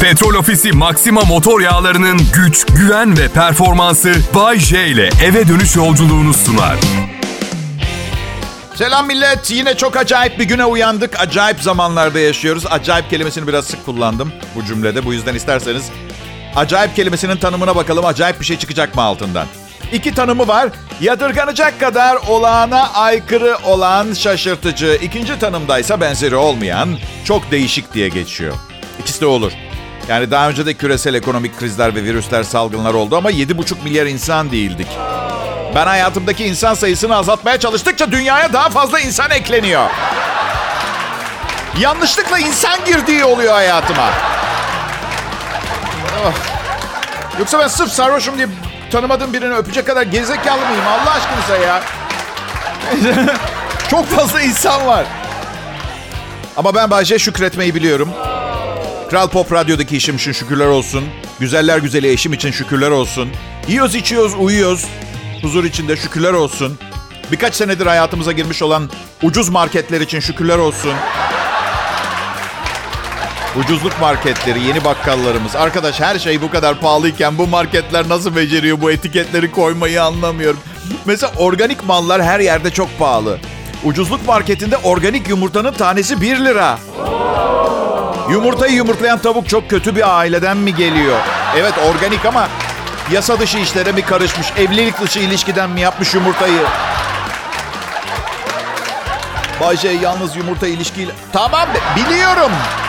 Petrol Ofisi Maxima motor yağlarının güç, güven ve performansı Bay J ile eve dönüş yolculuğunu sunar. Selam millet. Yine çok acayip bir güne uyandık. Acayip zamanlarda yaşıyoruz. Acayip kelimesini biraz sık kullandım bu cümlede. Bu yüzden isterseniz acayip kelimesinin tanımına bakalım. Acayip bir şey çıkacak mı altından? 2 tanımı var. Yadırganacak kadar olağana aykırı olan şaşırtıcı. 2. tanımdaysa benzeri olmayan çok değişik diye geçiyor. İkisi de olur. Yani daha önce de küresel ekonomik krizler ve virüsler, salgınlar oldu ama 7,5 milyar insan değildik. Ben hayatımdaki insan sayısını azaltmaya çalıştıkça dünyaya daha fazla insan ekleniyor. Yanlışlıkla insan girdiği oluyor hayatıma. Oh. Yoksa ben sırf sarhoşum diye tanımadığım birini öpecek kadar gerizekalı mıyım? Allah aşkınıza ya. Çok fazla insan var. Ama ben Bay J şükretmeyi biliyorum. Kral Pop Radyo'daki işim için şükürler olsun. Güzeller güzeli eşim için şükürler olsun. Yiyoruz, içiyoruz, uyuyoruz. Huzur içinde şükürler olsun. Birkaç senedir hayatımıza girmiş olan ucuz marketler için şükürler olsun. Ucuzluk marketleri, yeni bakkallarımız. Arkadaş her şey bu kadar pahalıyken bu marketler nasıl beceriyor bu etiketleri koymayı anlamıyorum. Mesela organik mallar her yerde çok pahalı. Ucuzluk marketinde organik yumurtanın tanesi 1 lira. Yumurtayı yumurtlayan tavuk çok kötü bir aileden mi geliyor? Evet organik ama yasa dışı işlere mi karışmış? Evlilik dışı ilişkiden mi yapmış yumurtayı? Bay J yalnız yumurta ilişkiyle... Tamam biliyorum.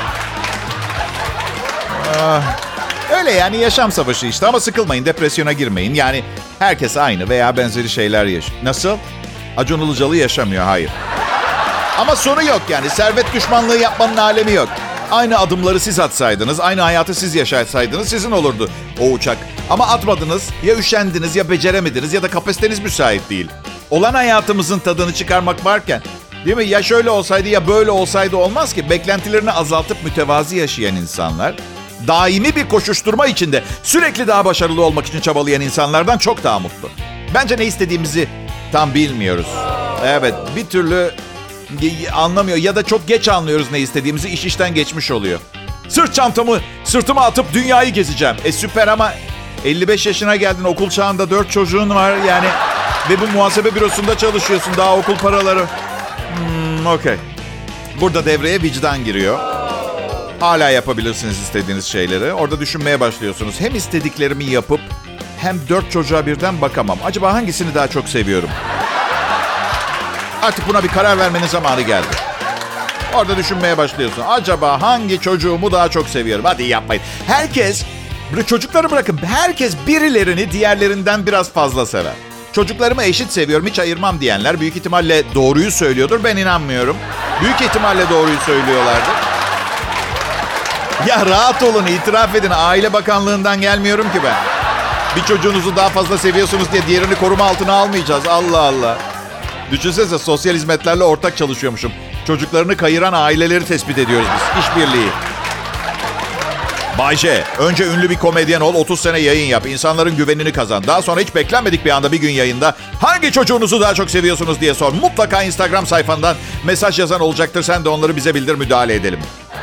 Öyle yani yaşam savaşı işte ama sıkılmayın, depresyona girmeyin. Yani herkes aynı veya benzeri şeyler yaşıyor. Nasıl? Acun Ilıcalı yaşamıyor, hayır. Ama sonu yok yani. Servet düşmanlığı yapmanın alemi yok. Aynı adımları siz atsaydınız, aynı hayatı siz yaşatsaydınız sizin olurdu o uçak. Ama atmadınız, ya üşendiniz ya beceremediniz ya da kapasiteniz müsait değil. Olan hayatımızın tadını çıkarmak varken, değil mi? Ya şöyle olsaydı ya böyle olsaydı olmaz ki. Beklentilerini azaltıp mütevazi yaşayan insanlar, daimi bir koşuşturma içinde sürekli daha başarılı olmak için çabalayan insanlardan çok daha mutlu. Bence ne istediğimizi tam bilmiyoruz. Evet, bir türlü anlamıyor ya da çok geç anlıyoruz ne istediğimizi, iş işten geçmiş oluyor. Sırt çantamı sırtıma atıp dünyayı gezeceğim. Süper ama 55 yaşına geldin, okul çağında 4 çocuğun var yani ve bu muhasebe bürosunda çalışıyorsun, daha okul paraları. Okey. Burada devreye vicdan giriyor. Hala yapabilirsiniz istediğiniz şeyleri. Orada düşünmeye başlıyorsunuz. Hem istediklerimi yapıp hem 4 çocuğa birden bakamam. Acaba hangisini daha çok seviyorum? Artık buna bir karar vermenin zamanı geldi. Orada düşünmeye başlıyorsun. Acaba hangi çocuğumu daha çok seviyorum? Hadi yapmayın. Herkes, çocukları bırakın. Herkes birilerini diğerlerinden biraz fazla sever. Çocuklarımı eşit seviyorum, hiç ayırmam diyenler büyük ihtimalle doğruyu söylüyordur. Ben inanmıyorum. Büyük ihtimalle doğruyu söylüyorlardır. Ya rahat olun, itiraf edin. Aile Bakanlığı'ndan gelmiyorum ki ben. Bir çocuğunuzu daha fazla seviyorsunuz diye diğerini koruma altına almayacağız. Allah Allah. Düşünsenize, sosyal hizmetlerle ortak çalışıyormuşum. Çocuklarını kayıran aileleri tespit ediyoruz biz. İşbirliği. Bay J, önce ünlü bir komedyen ol, 30 sene yayın yap, insanların güvenini kazan. Daha sonra hiç beklenmedik bir anda bir gün yayında hangi çocuğunuzu daha çok seviyorsunuz diye sor. Mutlaka Instagram sayfandan mesaj yazan olacaktır. Sen de onları bize bildir, müdahale edelim.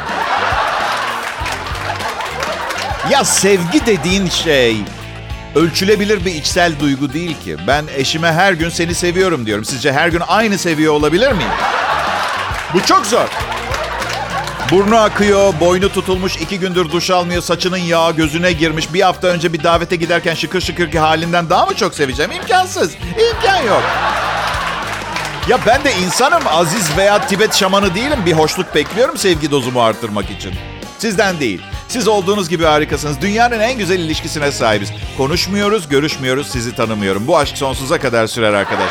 Ya sevgi dediğin şey ölçülebilir bir içsel duygu değil ki. Ben eşime her gün seni seviyorum diyorum. Sizce her gün aynı seviyor olabilir miyim? Bu çok zor. Burnu akıyor, boynu tutulmuş, 2 gündür duş almıyor, saçının yağı gözüne girmiş. Bir hafta önce bir davete giderken şıkır şıkır ki halinden daha mı çok seveceğim? İmkansız. İmkan yok. Ya ben de insanım, Aziz veya Tibet şamanı değilim. Bir hoşluk bekliyorum sevgi dozumu arttırmak için. Sizden değil. Siz olduğunuz gibi harikasınız. Dünyanın en güzel ilişkisine sahibiz. Konuşmuyoruz, görüşmüyoruz, sizi tanımıyorum. Bu aşk sonsuza kadar sürer arkadaş.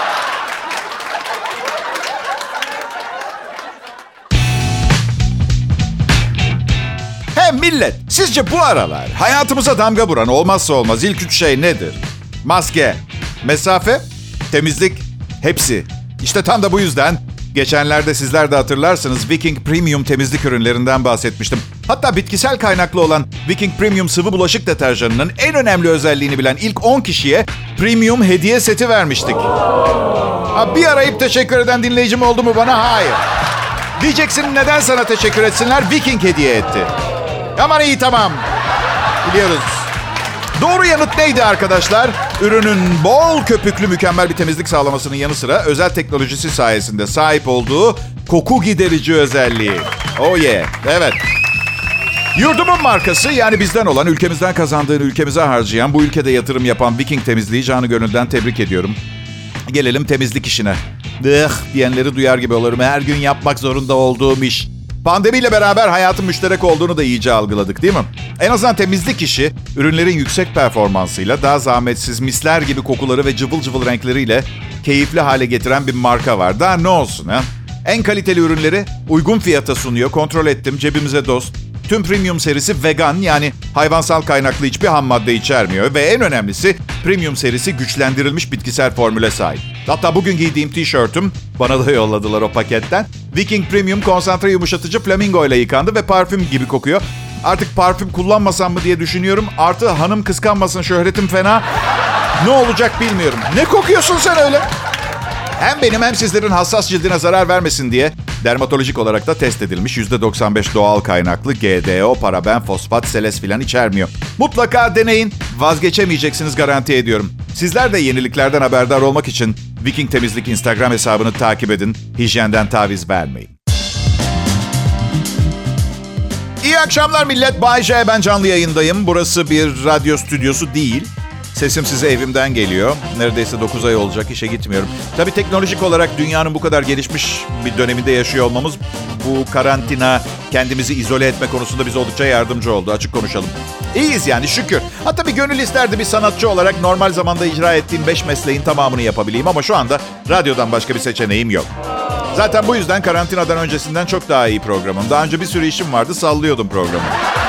Millet, sizce bu aralar hayatımıza damga vuran olmazsa olmaz ilk 3 şey nedir? Maske, mesafe, temizlik, hepsi. İşte tam da bu yüzden geçenlerde sizler de hatırlarsınız Viking Premium temizlik ürünlerinden bahsetmiştim. Hatta bitkisel kaynaklı olan Viking Premium sıvı bulaşık deterjanının en önemli özelliğini bilen ilk 10 kişiye Premium hediye seti vermiştik. Bir arayıp teşekkür eden dinleyicim oldu mu bana? Hayır. Diyeceksin neden sana teşekkür etsinler? Viking hediye etti. Aman iyi, tamam. Biliyoruz. Doğru yanıt neydi arkadaşlar? Ürünün bol köpüklü mükemmel bir temizlik sağlamasının yanı sıra özel teknolojisi sayesinde sahip olduğu koku giderici özelliği. Oh yeah, evet. Yurdumun markası, yani bizden olan, ülkemizden kazandığını ülkemize harcayan, bu ülkede yatırım yapan Viking Temizliği canı gönülden tebrik ediyorum. Gelelim temizlik işine. Diyenleri duyar gibi olurum. Her gün yapmak zorunda olduğum iş. Pandemiyle beraber hayatın müşterek olduğunu da iyice algıladık, değil mi? En azından temizlik işi, ürünlerin yüksek performansıyla, daha zahmetsiz, misler gibi kokuları ve cıvıl cıvıl renkleriyle keyifli hale getiren bir marka var. Daha ne olsun ha? En kaliteli ürünleri uygun fiyata sunuyor. Kontrol ettim, cebimize dost. Tüm premium serisi vegan, yani hayvansal kaynaklı hiçbir ham madde içermiyor. Ve en önemlisi, premium serisi güçlendirilmiş bitkisel formüle sahip. Hatta bugün giydiğim tişörtüm, bana da yolladılar o paketten, Viking Premium konsantre yumuşatıcı flamingo ile yıkandı ve parfüm gibi kokuyor. Artık parfüm kullanmasam mı diye düşünüyorum. Artı hanım kıskanmasın, şöhretim fena. Ne olacak bilmiyorum. Ne kokuyorsun sen öyle? Hem benim hem sizlerin hassas cildine zarar vermesin diye dermatolojik olarak da test edilmiş. %95 doğal kaynaklı, GDO, paraben, fosfat, seles filan içermiyor. Mutlaka deneyin. Vazgeçemeyeceksiniz, garanti ediyorum. Sizler de yeniliklerden haberdar olmak için Viking Temizlik Instagram hesabını takip edin. Hijyenden taviz vermeyin. İyi akşamlar millet. Bay J, ben canlı yayındayım. Burası bir radyo stüdyosu değil. Sesim size evimden geliyor. Neredeyse 9 ay olacak, işe gitmiyorum. Tabii teknolojik olarak dünyanın bu kadar gelişmiş bir döneminde yaşıyor olmamız, bu karantina, kendimizi izole etme konusunda bize oldukça yardımcı oldu. Açık konuşalım. İyiyiz yani, şükür. Hatta bir gönül isterdi bir sanatçı olarak normal zamanda icra ettiğim 5 mesleğin tamamını yapabileyim. Ama şu anda radyodan başka bir seçeneğim yok. Zaten bu yüzden karantinadan öncesinden çok daha iyi programım. Daha önce bir sürü işim vardı, sallıyordum programı.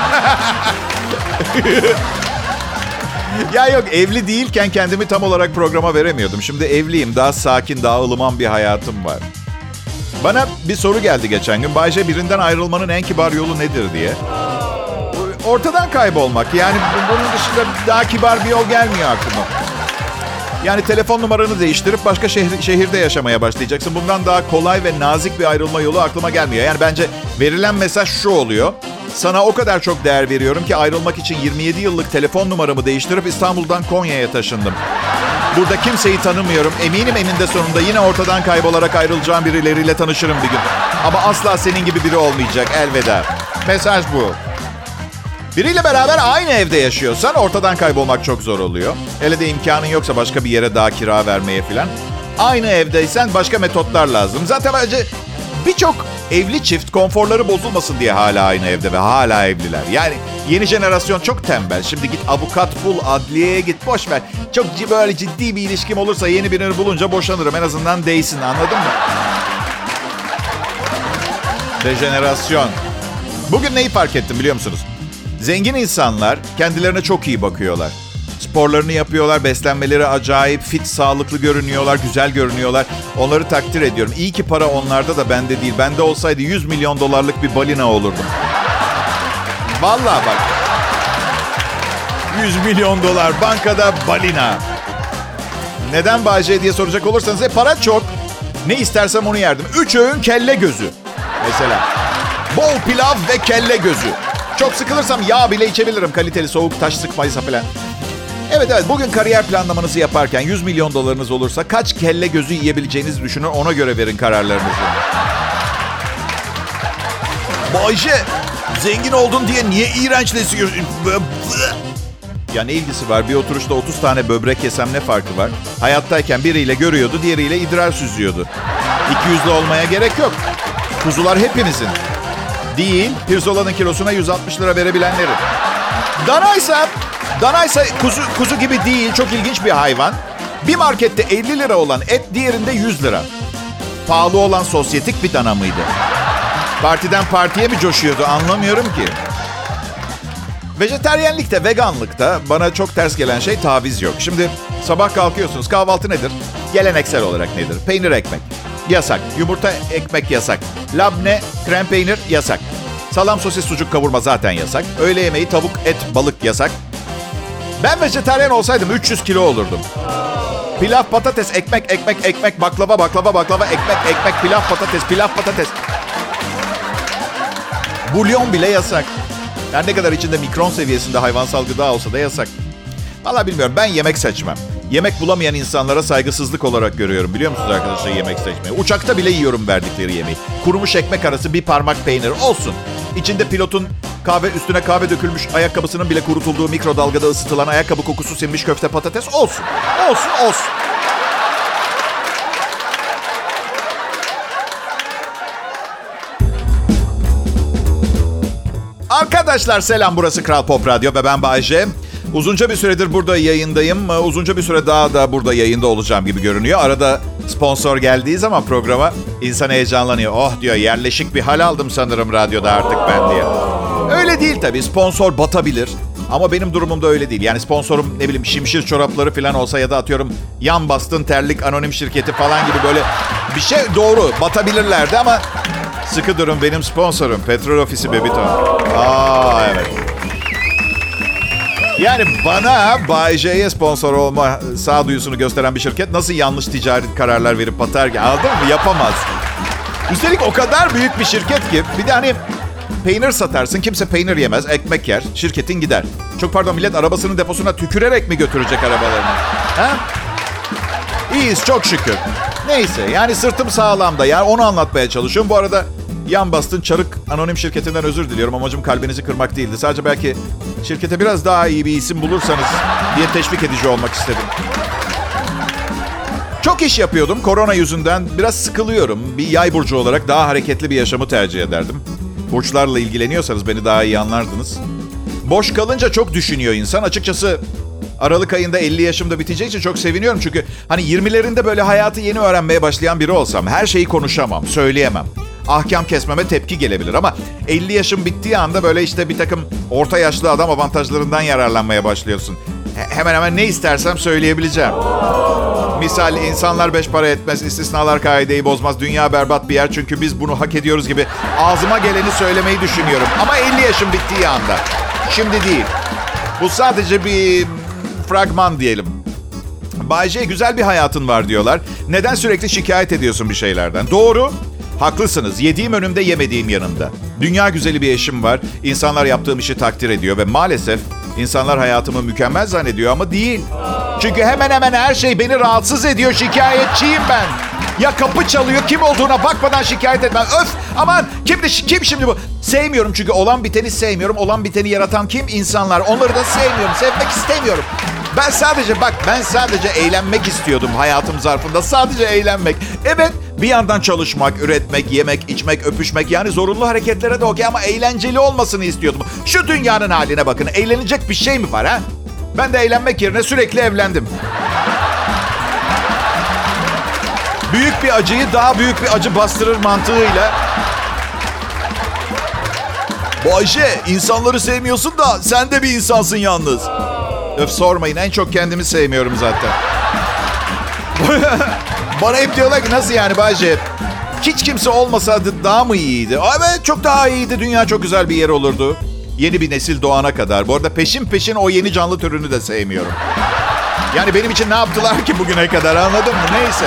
Ya yok, evli değilken kendimi tam olarak programa veremiyordum. Şimdi evliyim, daha sakin, daha ılıman bir hayatım var. Bana bir soru geldi geçen gün. Bayce, birinden ayrılmanın en kibar yolu nedir diye. Ortadan kaybolmak. Yani bunun dışında daha kibar bir yol gelmiyor aklıma. Yani telefon numaranı değiştirip başka şehirde yaşamaya başlayacaksın. Bundan daha kolay ve nazik bir ayrılma yolu aklıma gelmiyor. Yani bence verilen mesaj şu oluyor. Sana o kadar çok değer veriyorum ki ayrılmak için 27 yıllık telefon numaramı değiştirip İstanbul'dan Konya'ya taşındım. Burada kimseyi tanımıyorum. Eminim eninde sonunda yine ortadan kaybolarak ayrılacağım birileriyle tanışırım bir gün. Ama asla senin gibi biri olmayacak. Elveda. Mesaj bu. Biriyle beraber aynı evde yaşıyorsan ortadan kaybolmak çok zor oluyor. Hele de imkanın yoksa başka bir yere daha kira vermeye falan. Aynı evdeysen başka metotlar lazım. Zaten bence birçok evli çift konforları bozulmasın diye hala aynı evde ve hala evliler. Yani yeni jenerasyon çok tembel. Şimdi git avukat bul, adliyeye git, boş ver. Çok böyle ciddi bir ilişkim olursa yeni birini bulunca boşanırım. En azından değsin, anladın mı? Dejenerasyon. Bugün neyi fark ettim biliyor musunuz? Zengin insanlar kendilerine çok iyi bakıyorlar. Sporlarını yapıyorlar, beslenmeleri acayip, fit, sağlıklı görünüyorlar, güzel görünüyorlar. Onları takdir ediyorum. İyi ki para onlarda da bende değil. Bende olsaydı 100 milyon dolarlık bir balina olurdum. Vallahi bak. 100 milyon dolar bankada balina. Neden Bahçe diye soracak olursanız para çok. Ne istersem onu yerdim. 3 öğün kelle gözü. Mesela. Bol pilav ve kelle gözü. Çok sıkılırsam yağ bile içebilirim. Kaliteli, soğuk, taş sıkmaysa falan. Evet, bugün kariyer planlamanızı yaparken 100 milyon dolarınız olursa kaç kelle gözü yiyebileceğinizi düşünün. Ona göre verin kararlarınızı. Bayce, zengin oldun diye niye iğrençleşiyorsun? Ya ne ilgisi var? Bir oturuşta 30 tane böbrek yesem ne farkı var? Hayattayken biriyle görüyordu, diğeriyle idrar süzüyordu. 200'lü olmaya gerek yok. Kuzular hepimizin. Değil, pirzola'nın kilosuna 160 lira verebilenlerin. Danaysa kuzu gibi değil, çok ilginç bir hayvan. Bir markette 50 lira olan et, diğerinde 100 lira. Pahalı olan sosyetik bir dana mıydı? Partiden partiye mi coşuyordu, anlamıyorum ki. Vejeteryenlikte, veganlıkta bana çok ters gelen şey taviz yok. Şimdi sabah kalkıyorsunuz, kahvaltı nedir? Geleneksel olarak nedir? Peynir, ekmek. Yasak. Yumurta, ekmek yasak. Labne, krem peynir yasak. Salam, sosis, sucuk, kavurma zaten yasak. Öğle yemeği, tavuk, et, balık yasak. Ben vejetaryen olsaydım 300 kilo olurdum. Pilav, patates, ekmek, baklava, ekmek, pilav, patates. Bulyon bile yasak. Her ne kadar içinde mikron seviyesinde hayvansal gıda olsa da yasak. Vallahi bilmiyorum, ben yemek seçmem. Yemek bulamayan insanlara saygısızlık olarak görüyorum. Biliyor musunuz arkadaşlar yemek seçmeyi? Uçakta bile yiyorum verdikleri yemeği. Kurumuş ekmek arası bir parmak peynir olsun. İçinde pilotun üstüne kahve dökülmüş ayakkabısının bile kurutulduğu mikrodalgada ısıtılan ayakkabı kokusu sinmiş köfte patates olsun. Olsun. Arkadaşlar selam, burası Kral Pop Radyo ve ben Bay J. Uzunca bir süredir burada yayındayım. Uzunca bir süre daha da burada yayında olacağım gibi görünüyor. Arada sponsor geldiği zaman programa insan heyecanlanıyor. Oh diyor, yerleşik bir hal aldım sanırım radyoda artık ben diye. Öyle değil tabii, sponsor batabilir. Ama benim durumumda öyle değil. Yani sponsorum ne bileyim şimşir çorapları falan olsa ya da atıyorum yan bastın terlik anonim şirketi falan gibi böyle bir şey, doğru batabilirlerdi ama sıkı durun, benim sponsorum Petrol Ofisi Bebiton. Evet. Yani bana Bay J'ye sponsor olma sağduyusunu gösteren bir şirket nasıl yanlış ticari kararlar verip batar ki, anladın mı? Yapamaz. Üstelik o kadar büyük bir şirket ki bir de hani peynir satarsın, kimse peynir yemez, ekmek yer, şirketin gider. Çok pardon, millet arabasının deposuna tükürerek mi götürecek arabalarını? Ha? İyiyiz çok şükür. Neyse yani sırtım sağlamda, yani onu anlatmaya çalışıyorum. Bu arada yan bastın çarık anonim şirketinden özür diliyorum. Amacım kalbinizi kırmak değildi. Sadece belki şirkete biraz daha iyi bir isim bulursanız diye teşvik edici olmak istedim. Çok iş yapıyordum. Korona yüzünden biraz sıkılıyorum. Bir yay burcu olarak daha hareketli bir yaşamı tercih ederdim. Burçlarla ilgileniyorsanız beni daha iyi anlardınız. Boş kalınca çok düşünüyor insan. Açıkçası Aralık ayında 50 yaşımda biteceği için çok seviniyorum. Çünkü hani 20'lerinde böyle hayatı yeni öğrenmeye başlayan biri olsam her şeyi konuşamam, söyleyemem. Ahkam kesmeme tepki gelebilir ama 50 yaşım bittiği anda böyle işte bir takım orta yaşlı adam avantajlarından yararlanmaya başlıyorsun. Hemen hemen ne istersem söyleyebileceğim. Misal insanlar beş para etmez, istisnalar kaideyi bozmaz, dünya berbat bir yer çünkü biz bunu hak ediyoruz gibi ağzıma geleni söylemeyi düşünüyorum. Ama 50 yaşım bittiği anda. Şimdi değil. Bu sadece bir fragman diyelim. Bay J, güzel bir hayatın var diyorlar. Neden sürekli şikayet ediyorsun bir şeylerden? Doğru. Haklısınız. Yediğim önümde, yemediğim yanımda. Dünya güzeli bir eşim var. İnsanlar yaptığım işi takdir ediyor ve maalesef insanlar hayatımı mükemmel zannediyor ama değil. Çünkü hemen hemen her şey beni rahatsız ediyor. Şikayetçiyim ben. Ya kapı çalıyor, kim olduğuna bakmadan şikayet etmem. Öf, aman kim şimdi bu? Sevmiyorum çünkü olan biteni sevmiyorum. Olan biteni yaratan kim? İnsanlar. Onları da sevmiyorum. Sevmek istemiyorum. Ben sadece eğlenmek istiyordum hayatım zarfında. Sadece eğlenmek. Evet, bir yandan çalışmak, üretmek, yemek, içmek, öpüşmek, yani zorunlu hareketlere de okey ama eğlenceli olmasını istiyordum. Şu dünyanın haline bakın. Eğlenecek bir şey mi var ha? Ben de eğlenmek yerine sürekli evlendim. Büyük bir acıyı daha büyük bir acı bastırır mantığıyla. Bayşe, insanları sevmiyorsun da sen de bir insansın yalnız. Öf, sormayın, en çok kendimi sevmiyorum zaten. Bana hep diyorlar ki nasıl yani Bayşe? Hiç kimse olmasaydı daha mı iyiydi? Evet, çok daha iyiydi. Dünya çok güzel bir yer olurdu. Yeni bir nesil doğana kadar. Bu arada peşin o yeni canlı türünü de sevmiyorum. Yani benim için ne yaptılar ki bugüne kadar, anladın mı? Neyse.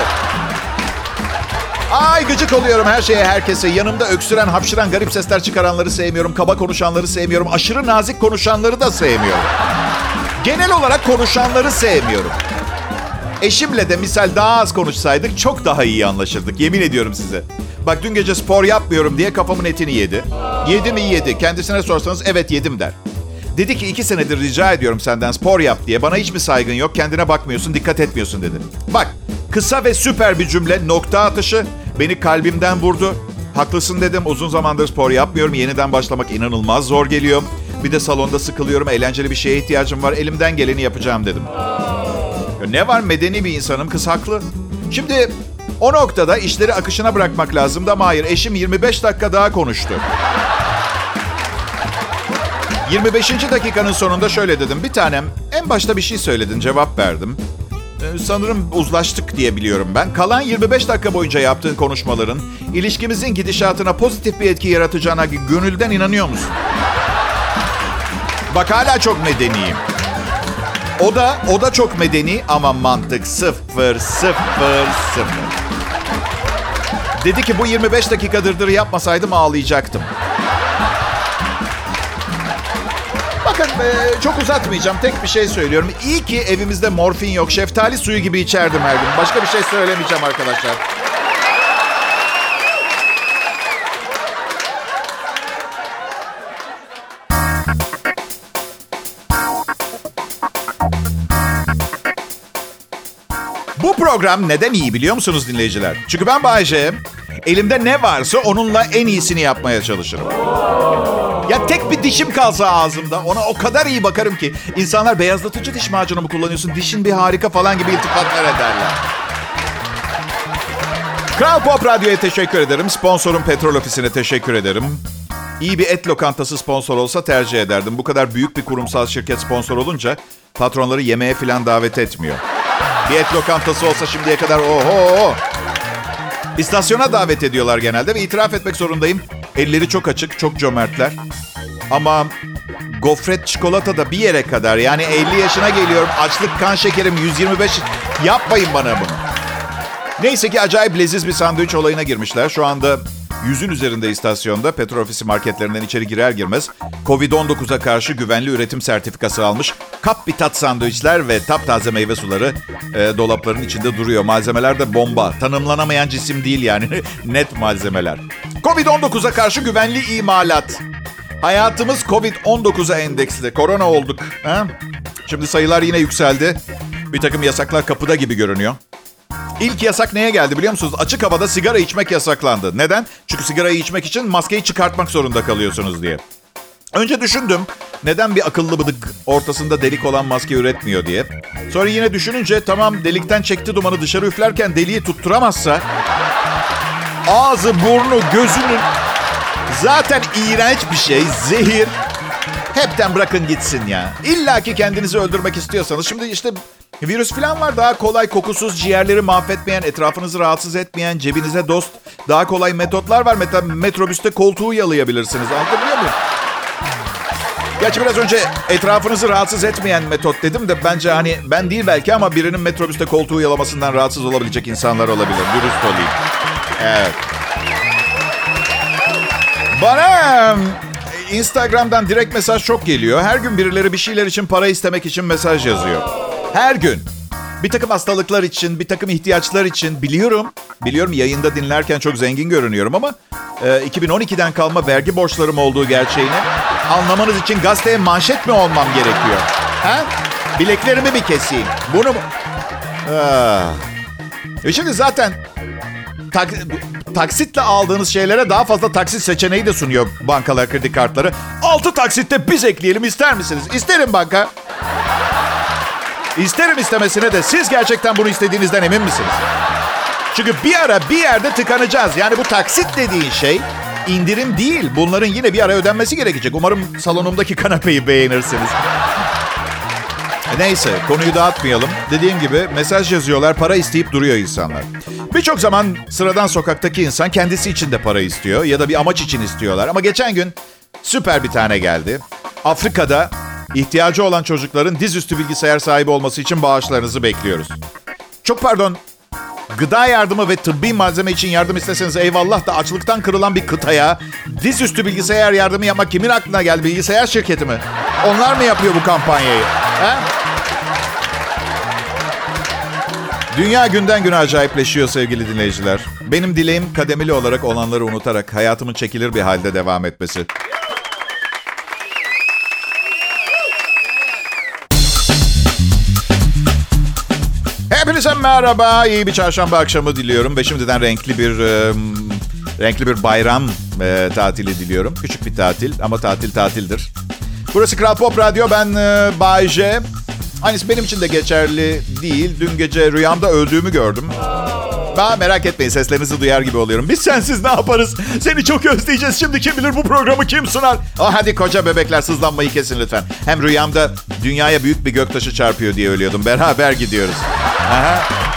Ay gıcık oluyorum her şeye, herkese. Yanımda öksüren, hapşıran, garip sesler çıkaranları sevmiyorum. Kaba konuşanları sevmiyorum. Aşırı nazik konuşanları da sevmiyorum. Genel olarak konuşanları sevmiyorum. Eşimle de misal daha az konuşsaydık çok daha iyi anlaşırdık. Yemin ediyorum size. Bak dün gece spor yapmıyorum diye kafamın etini yedi. Yedi mi? Yedi. Kendisine sorsanız evet yedim der. Dedi ki 2 senedir rica ediyorum senden spor yap diye. Bana hiç mi saygın yok? Kendine bakmıyorsun, dikkat etmiyorsun dedi. Bak, kısa ve süper bir cümle, nokta atışı. Beni kalbimden vurdu. Haklısın dedim. Uzun zamandır spor yapmıyorum. Yeniden başlamak inanılmaz zor geliyor. Bir de salonda sıkılıyorum. Eğlenceli bir şeye ihtiyacım var. Elimden geleni yapacağım dedim. Ya ne var, medeni bir insanım. Kız haklı. Şimdi o noktada işleri akışına bırakmak lazımdı ama hayır. Eşim 25 dakika daha konuştu. 25. dakikanın sonunda şöyle dedim. Bir tanem, en başta bir şey söyledin, cevap verdim. Sanırım uzlaştık diye biliyorum ben. Kalan 25 dakika boyunca yaptığın konuşmaların ilişkimizin gidişatına pozitif bir etki yaratacağına gönülden inanıyor musun? Bak hala çok medeniyim. O da çok medeni ama mantık 0. Dedi ki bu 25 dakika dırdır yapmasaydım ağlayacaktım. Bakın çok uzatmayacağım. Tek bir şey söylüyorum. İyi ki evimizde morfin yok. Şeftali suyu gibi içerdim her gün. Başka bir şey söylemeyeceğim arkadaşlar. Bu program neden iyi biliyor musunuz dinleyiciler? Çünkü ben Bay J, elimde ne varsa onunla en iyisini yapmaya çalışırım. Ya tek bir dişim kalsa ağzımda ona o kadar iyi bakarım ki insanlar beyazlatıcı diş macunu mu kullanıyorsun, dişin bir harika falan gibi iltifatlar ederler. Kral Pop Radyo'ya teşekkür ederim. Sponsorum Petrol Ofisi'ne teşekkür ederim. İyi bir et lokantası sponsor olsa tercih ederdim. Bu kadar büyük bir kurumsal şirket sponsor olunca patronları yemeğe falan davet etmiyor. Bir et lokantası olsa şimdiye kadar oho. İstasyona davet ediyorlar genelde ve itiraf etmek zorundayım. Elleri çok açık, çok cömertler. Ama gofret çikolata da bir yere kadar. Yani 50 yaşına geliyorum, açlık kan şekerim 125. Yapmayın bana bunu. Neyse ki acayip leziz bir sandviç olayına girmişler. Şu anda 100'ün üzerinde istasyonda Petrol Ofisi marketlerinden içeri girer girmez Covid-19'a karşı güvenli üretim sertifikası almış kap bir tat sandviçler ve taptaze meyve suları dolapların içinde duruyor. Malzemeler de bomba. Tanımlanamayan cisim değil yani. Net malzemeler. Covid-19'a karşı güvenli imalat. Hayatımız Covid-19'a endeksli. Korona olduk. Ha? Şimdi sayılar yine yükseldi. Bir takım yasaklar kapıda gibi görünüyor. İlk yasak neye geldi biliyor musunuz? Açık havada sigara içmek yasaklandı. Neden? Çünkü sigarayı içmek için maskeyi çıkartmak zorunda kalıyorsunuz diye. Önce düşündüm, neden bir akıllı bıdık ortasında delik olan maske üretmiyor diye. Sonra yine düşününce tamam delikten çekti dumanı dışarı üflerken deliği tutturamazsa... Ağzı, burnu, gözünün zaten iğrenç bir şey, zehir. Hepten bırakın gitsin ya. İlla ki kendinizi öldürmek istiyorsanız. Şimdi işte virüs falan var. Daha kolay, kokusuz, ciğerleri mahvetmeyen, etrafınızı rahatsız etmeyen, cebinize dost. Daha kolay metotlar var. Mesela metrobüste koltuğu yalayabilirsiniz. Anlatabiliyor muyum? Gerçi biraz önce etrafınızı rahatsız etmeyen metot dedim de bence hani ben değil belki ama birinin metrobüste koltuğu yalamasından rahatsız olabilecek insanlar olabilir. Dürüst olayım. Evet. Bana Instagram'dan direkt mesaj çok geliyor. Her gün birileri bir şeyler için para istemek için mesaj yazıyor. Her gün. Bir takım hastalıklar için, bir takım ihtiyaçlar için biliyorum. Biliyorum yayında dinlerken çok zengin görünüyorum ama 2012'den kalma vergi borçlarım olduğu gerçeğini anlamanız için gazeteye manşet mi olmam gerekiyor? Ha? Bileklerimi mi keseyim? Bunu mu? Şimdi zaten taksitle aldığınız şeylere daha fazla taksit seçeneği de sunuyor bankalar, kredi kartları. 6 taksitte biz ekleyelim ister misiniz? İsterim banka. İsterim istemesine de siz gerçekten bunu istediğinizden emin misiniz? Çünkü bir ara bir yerde tıkanacağız. Yani bu taksit dediğin şey indirim değil. Bunların yine bir ara ödenmesi gerekecek. Umarım salonumdaki kanepeyi beğenirsiniz. Neyse konuyu dağıtmayalım. Dediğim gibi mesaj yazıyorlar, para isteyip duruyor insanlar. Birçok zaman sıradan sokaktaki insan kendisi için de para istiyor ya da bir amaç için istiyorlar. Ama geçen gün süper bir tane geldi. Afrika'da ihtiyacı olan çocukların dizüstü bilgisayar sahibi olması için bağışlarınızı bekliyoruz. Çok pardon, gıda yardımı ve tıbbi malzeme için yardım isteseniz eyvallah da açlıktan kırılan bir kıtaya dizüstü bilgisayar yardımı yapmak kimin aklına geldi? Bilgisayar şirketi mi? Onlar mı yapıyor bu kampanyayı? He? Dünya günden güne acayipleşiyor sevgili dinleyiciler. Benim dileğim kademeli olarak olanları unutarak hayatımın çekilir bir halde devam etmesi. Hepinize merhaba. İyi bir çarşamba akşamı diliyorum ve şimdiden renkli bir bayram tatili diliyorum. Küçük bir tatil ama tatildir. Burası Kral Pop Radyo. Ben Bay J. Aynısı benim için de geçerli değil. Dün gece rüyamda öldüğümü gördüm. Merak etmeyin, seslerinizi duyar gibi oluyorum. Biz sensiz ne yaparız? Seni çok özleyeceğiz. Şimdi kim bilir bu programı kim sunar? Hadi koca bebekler, sızlanmayı kesin lütfen. Hem rüyamda dünyaya büyük bir göktaşı çarpıyor diye ölüyordum. Beraber gidiyoruz. Aha.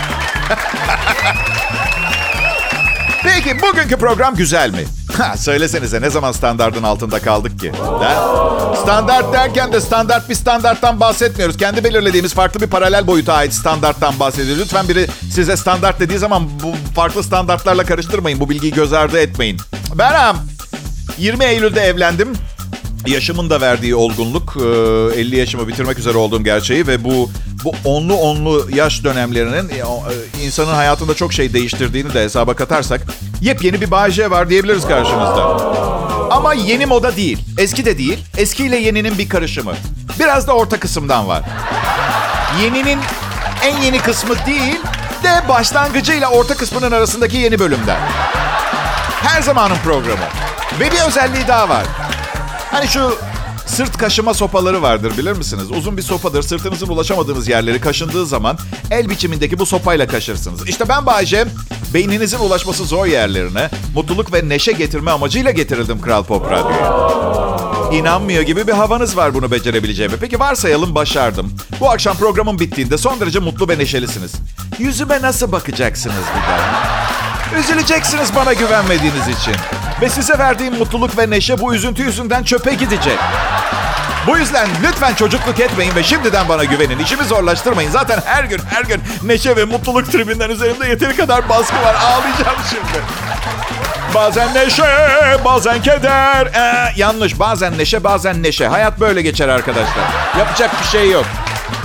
Peki bugünkü program güzel mi? Söylesenize, ne zaman standardın altında kaldık ki? Standart derken de standart bir standarttan bahsetmiyoruz. Kendi belirlediğimiz farklı bir paralel boyuta ait standarttan bahsediyoruz. Lütfen biri size standart dediği zaman bu farklı standartlarla karıştırmayın. Bu bilgiyi göz ardı etmeyin. Ben 20 Eylül'de evlendim. yaşımın da verdiği olgunluk, 50 yaşımı bitirmek üzere olduğum gerçeği ve bu onlu yaş dönemlerinin insanın hayatında çok şey değiştirdiğini de hesaba katarsak yepyeni bir Bay J var diyebiliriz karşınızda. Ama yeni moda değil, eski de değil, eskiyle yeninin bir karışımı. Biraz da orta kısımdan var. Yeninin en yeni kısmı değil de başlangıcıyla orta kısmının arasındaki yeni bölümden. Her zamanın programı. Ve bir özelliği daha var. Hani şu sırt kaşıma sopaları vardır, bilir misiniz? Uzun bir sopadır. Sırtınızın ulaşamadığınız yerleri kaşındığı zaman el biçimindeki bu sopayla kaşırsınız. İşte ben Bay J, beyninizin ulaşması zor yerlerine mutluluk ve neşe getirme amacıyla getirildim Kral Pop Radyo'ya. İnanmıyor gibi bir havanız var bunu becerebileceğime. Peki varsayalım başardım. Bu akşam programın bittiğinde son derece mutlu ve neşelisiniz. Yüzüme nasıl bakacaksınız bir daha? Üzüleceksiniz bana güvenmediğiniz için. Ve size verdiğim mutluluk ve neşe bu üzüntü yüzünden çöpe gidecek. Bu yüzden lütfen çocukluk etmeyin ve şimdiden bana güvenin. İşimi zorlaştırmayın. Zaten her gün neşe ve mutluluk tribünden üzerimde yeteri kadar baskı var. Ağlayacağım şimdi. Bazen neşe, bazen keder. Yanlış. Bazen neşe, bazen neşe. Hayat böyle geçer arkadaşlar. Yapacak bir şey yok.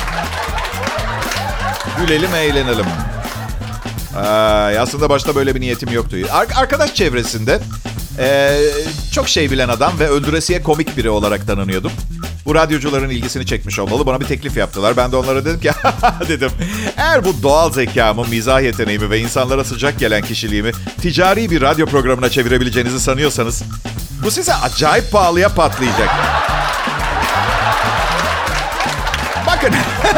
Gülelim, eğlenelim. Aslında başta böyle bir niyetim yoktu. Arkadaş çevresinde çok şey bilen adam ve öldüresiye komik biri olarak tanınıyordum. Bu radyocuların ilgisini çekmiş olmalı. Bana bir teklif yaptılar. Ben de onlara dedim ki dedim. Eğer bu doğal zekamı, mizah yeteneğimi ve insanlara sıcak gelen kişiliğimi ticari bir radyo programına çevirebileceğinizi sanıyorsanız bu size acayip pahalıya patlayacak. Bakın.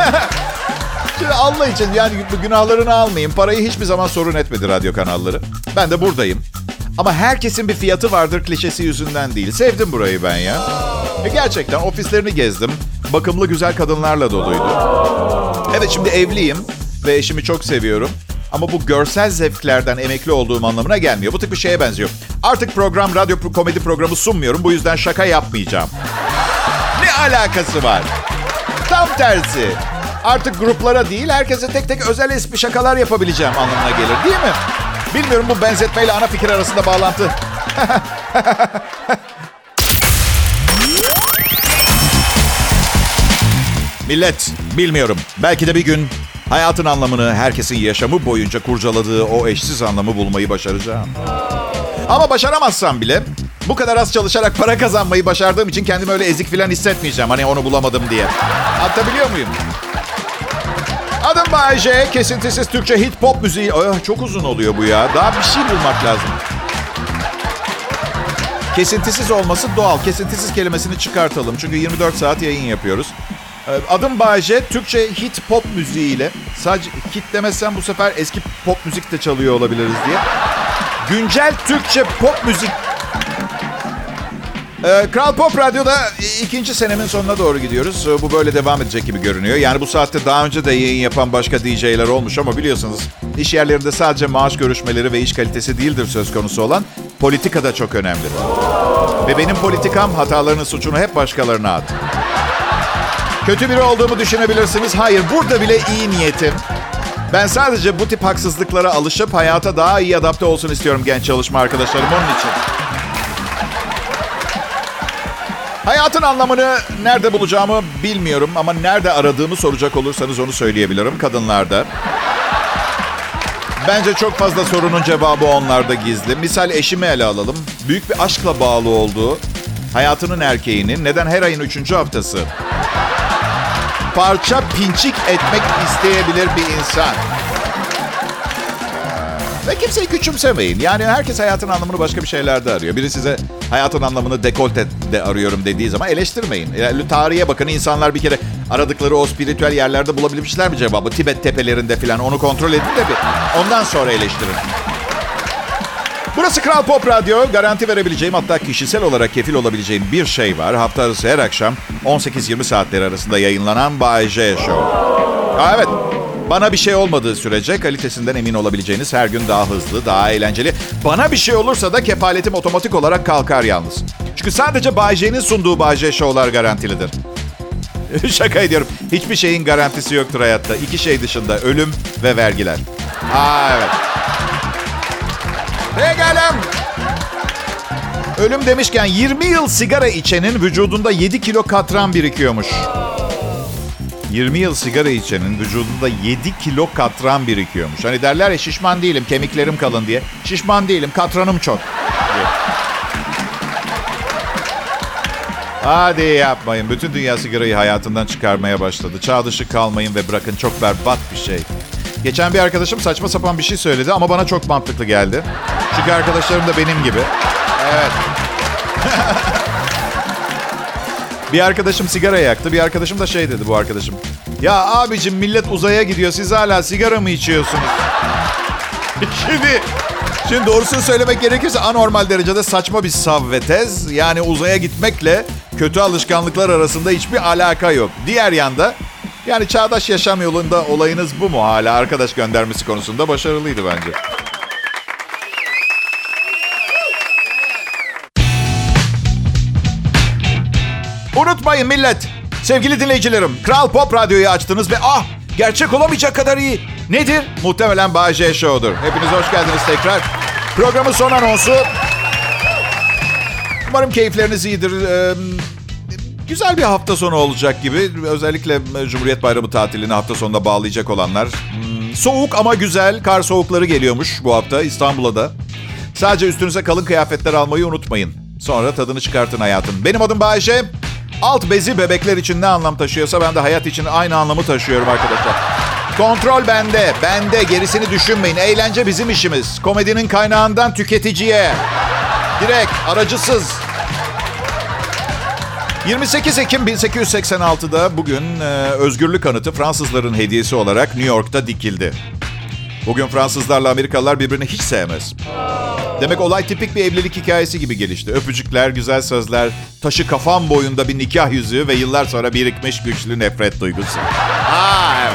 Allah için yani günahlarını almayayım. Parayı hiçbir zaman sorun etmedi radyo kanalları. Ben de buradayım. Ama herkesin bir fiyatı vardır klişesi yüzünden değil. Sevdim burayı ben ya. Gerçekten ofislerini gezdim. Bakımlı güzel kadınlarla doluydu. Evet, şimdi evliyim ve eşimi çok seviyorum. Ama bu görsel zevklerden emekli olduğum anlamına gelmiyor. Bu tip bir şeye benziyor. Artık radyo komedi programı sunmuyorum. Bu yüzden şaka yapmayacağım. Ne alakası var? Tam tersi. Artık gruplara değil, herkese tek tek özel espri şakalar yapabileceğim anlamına gelir, değil mi? Bilmiyorum bu benzetmeyle ana fikir arasında bağlantı. Millet, bilmiyorum. Belki de bir gün hayatın anlamını herkesin yaşamı boyunca kurcaladığı o eşsiz anlamı bulmayı başaracağım. Ama başaramazsam bile bu kadar az çalışarak para kazanmayı başardığım için kendimi öyle ezik falan hissetmeyeceğim. Hani onu bulamadım diye. Anlatabiliyor muyum? Adım Bay J. Kesintisiz Türkçe hit pop müziği. Çok uzun oluyor bu ya. Daha bir şey bulmak lazım. Kesintisiz olması doğal. Kesintisiz kelimesini çıkartalım. Çünkü 24 saat yayın yapıyoruz. Adım Bay J. Türkçe hit pop müziğiyle. Sadece hit demezsem bu sefer eski pop müzik de çalıyor olabiliriz diye. Güncel Türkçe pop müzik. Kral Pop Radyo'da 2. senemin sonuna doğru gidiyoruz. Bu böyle devam edecek gibi görünüyor. Yani bu saatte daha önce de yayın yapan başka DJ'ler olmuş ama biliyorsunuz iş yerlerinde sadece maaş görüşmeleri ve iş kalitesi değildir söz konusu olan. Politika da çok önemli. Ve benim politikam hatalarının suçunu hep başkalarına at. Kötü biri olduğumu düşünebilirsiniz. Hayır, burada bile iyi niyetim. Ben sadece bu tip haksızlıklara alışıp hayata daha iyi adapte olsun istiyorum genç çalışma arkadaşlarım, onun için. Hayatın anlamını nerede bulacağımı bilmiyorum ama nerede aradığımı soracak olursanız onu söyleyebilirim. Kadınlarda. Bence çok fazla sorunun cevabı onlarda gizli. Misal eşimi ele alalım. Büyük bir aşkla bağlı olduğu hayatının erkeğinin neden her ayın 3. haftası parça pinçik etmek isteyebilir bir insan. Ve kimseyi küçümsemeyin. Yani herkes hayatın anlamını başka bir şeylerde arıyor. Biri size hayatın anlamını dekoltede arıyorum dediği zaman eleştirmeyin. Yani tarihe bakın, insanlar bir kere aradıkları o spiritüel yerlerde bulabilmişler mi cevabı? Tibet tepelerinde falan, onu kontrol edin de bir. Ondan sonra eleştirin. Burası Kral Pop Radyo. Garanti verebileceğim, hatta kişisel olarak kefil olabileceğim bir şey var. Hafta arası her akşam 18-20 saatleri arasında yayınlanan Bay J Show. Evet. Bana bir şey olmadığı sürece kalitesinden emin olabileceğiniz her gün daha hızlı, daha eğlenceli. Bana bir şey olursa da kefaletim otomatik olarak kalkar yalnız. Çünkü sadece Bay J'nin sunduğu Bay J Show'lar garantilidir. Şaka ediyorum. Hiçbir şeyin garantisi yoktur hayatta. 2 şey dışında: ölüm ve vergiler. Evet. Pekala. Ölüm demişken 20 yıl sigara içenin vücudunda 7 kilo katran birikiyormuş. 20 yıl sigara içenin vücudunda 7 kilo katran birikiyormuş. Hani derler ya, şişman değilim, kemiklerim kalın diye. Şişman değilim, katranım çok diye. Hadi yapmayın. Bütün dünya sigarayı hayatından çıkarmaya başladı. Çağ dışı kalmayın ve bırakın, çok berbat bir şey. Geçen bir arkadaşım saçma sapan bir şey söyledi ama bana çok mantıklı geldi. Çünkü arkadaşlarım da benim gibi. Evet. Bir arkadaşım sigara yaktı. Bir arkadaşım da şey dedi, bu arkadaşım. Ya abicim, millet uzaya gidiyor. Siz hala sigara mı içiyorsunuz? Şimdi doğrusunu söylemek gerekirse anormal derecede saçma bir sav ve tez. Yani uzaya gitmekle kötü alışkanlıklar arasında hiçbir alaka yok. Diğer yanda, yani çağdaş yaşam yolunda olayınız bu mu hala? Arkadaş göndermesi konusunda başarılıydı bence. Unutmayın millet, sevgili dinleyicilerim, Kral Pop Radyo'yu açtınız ve gerçek olamayacak kadar iyi. Nedir? Muhtemelen Bay J Show'dur. Hepiniz hoş geldiniz tekrar. Programın son anonsu. Umarım keyifleriniz iyidir. Güzel bir hafta sonu olacak gibi. Özellikle Cumhuriyet Bayramı tatilini hafta sonunda bağlayacak olanlar. Soğuk ama güzel. Kar soğukları geliyormuş bu hafta İstanbul'a da. Sadece üstünüze kalın kıyafetler almayı unutmayın. Sonra tadını çıkartın hayatın. Benim adım Bay J. Alt bezi bebekler için ne anlam taşıyorsa ben de hayat için aynı anlamı taşıyorum arkadaşlar. Kontrol bende. Bende. Gerisini düşünmeyin. Eğlence bizim işimiz. Komedinin kaynağından tüketiciye. Direkt, aracısız. 28 Ekim 1886'da bugün özgürlük anıtı Fransızların hediyesi olarak New York'ta dikildi. Bugün Fransızlarla Amerikalılar birbirini hiç sevmez. Demek olay tipik bir evlilik hikayesi gibi gelişti. Öpücükler, güzel sözler, taşı kafam boyunda bir nikah yüzüğü ve yıllar sonra birikmiş güçlü nefret duygusu. Evet.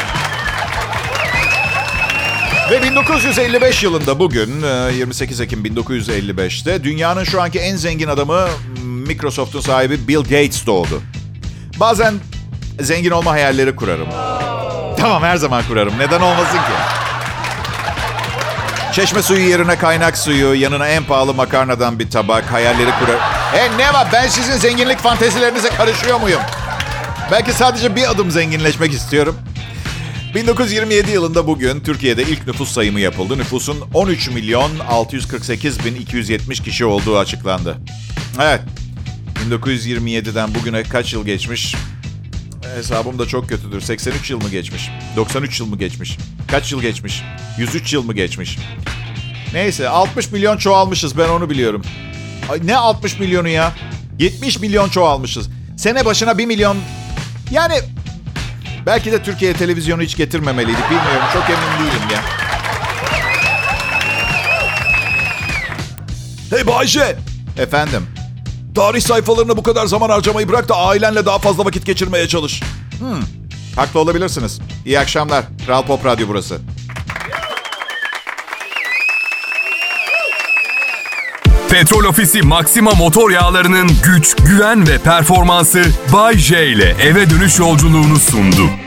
Ve 1955 yılında bugün, 28 Ekim 1955'te dünyanın şu anki en zengin adamı, Microsoft'un sahibi Bill Gates doğdu. Bazen zengin olma hayalleri kurarım. Tamam, her zaman kurarım. Neden olmasın ki? Çeşme suyu yerine kaynak suyu, yanına en pahalı makarnadan bir tabak, hayalleri kurar. Ne var? Ben sizin zenginlik fantezilerinize karışıyor muyum? Belki sadece bir adım zenginleşmek istiyorum. 1927 yılında bugün Türkiye'de ilk nüfus sayımı yapıldı. Nüfusun 13.648.270 kişi olduğu açıklandı. Evet. 1927'den bugüne kaç yıl geçmiş? Hesabım da çok kötüdür. 83 yıl mı geçmiş? 93 yıl mı geçmiş? Kaç yıl geçmiş? 103 yıl mı geçmiş? Neyse, 60 milyon çoğalmışız, ben onu biliyorum. Ay, ne 60 milyonu ya? 70 milyon çoğalmışız. Sene başına 1 milyon... Yani belki de Türkiye televizyonu hiç getirmemeliydik, bilmiyorum. Çok emin değilim ya. Hey Bayce! Efendim? Tarih sayfalarına bu kadar zaman harcamayı bırak da ailenle daha fazla vakit geçirmeye çalış. Haklı olabilirsiniz. İyi akşamlar. Kral Pop Radyo burası. Petrol Ofisi Maxima motor yağlarının güç, güven ve performansı Bay J ile eve dönüş yolculuğunu sundu.